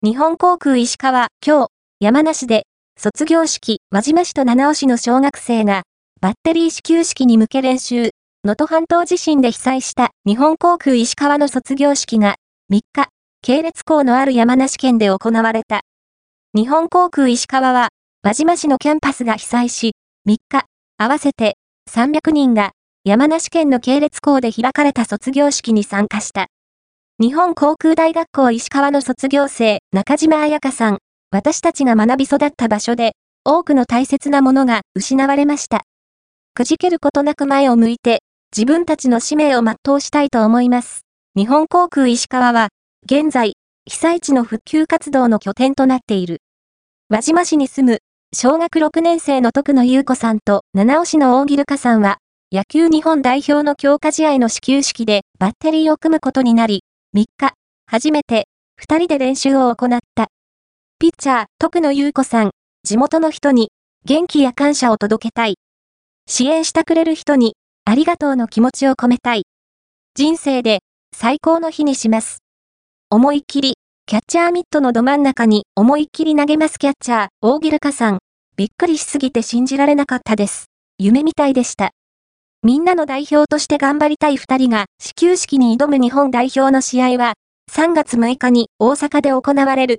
日本航空石川、今日、山梨で、卒業式、輪島市と七尾市の小学生が、バッテリー始球式に向け練習、能登半島地震で被災した日本航空石川の卒業式が、3日、系列校のある山梨県で行われた。日本航空石川は、輪島市のキャンパスが被災し、3日、合わせて300人が、山梨県の系列校で開かれた卒業式に参加した。日本航空大学校石川の卒業生、中島彩香さん。私たちが学び育った場所で、多くの大切なものが失われました。くじけることなく前を向いて、自分たちの使命を全うしたいと思います。日本航空石川は、現在、被災地の復旧活動の拠点となっている。輪島市に住む、小学6年生の徳野優子さんと七尾市の大木瑠香さんは、野球日本代表の強化試合の始球式でバッテリーを組むことになり、3日、初めて、2人で練習を行った。ピッチャー、徳野優子さん、地元の人に、元気や感謝を届けたい。支援してくれる人に、ありがとうの気持ちを込めたい。人生で、最高の日にします。思いっきり、キャッチャーミットのど真ん中に思いっきり投げますキャッチャー、大木瑠香さん。びっくりしすぎて信じられなかったです。夢みたいでした。みんなの代表として頑張りたい2人が始球式に挑む日本代表の試合は、3月6日に大阪で行われる。